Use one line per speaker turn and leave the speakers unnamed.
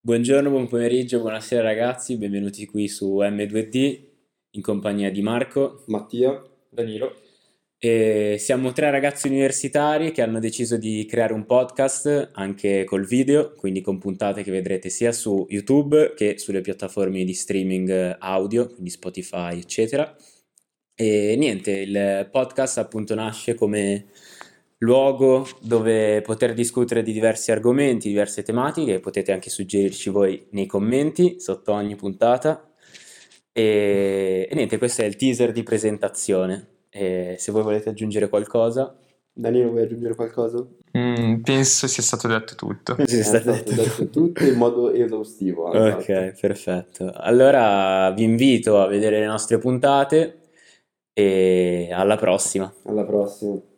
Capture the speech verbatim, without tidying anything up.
Buongiorno, buon pomeriggio, buonasera ragazzi, benvenuti qui su M due D in compagnia di Marco
Mattia, Danilo.
e siamo tre ragazzi universitari che hanno deciso di creare un podcast anche col video, quindi con puntate che vedrete sia su YouTube che sulle piattaforme di streaming audio, quindi Spotify, eccetera. E niente, il podcast appunto nasce come luogo dove poter discutere di diversi argomenti, diverse tematiche, potete anche suggerirci voi nei commenti sotto ogni puntata. E, e niente, questo è il teaser di presentazione. E se voi volete aggiungere qualcosa,
Danilo, vuoi aggiungere qualcosa?
Mm, penso sia stato detto tutto.
penso sia
È
stato
stato
detto
detto tutto in modo esaustivo, hanno fatto.
Ok, perfetto. Allora vi invito a vedere le nostre puntate e alla prossima.
Alla prossima.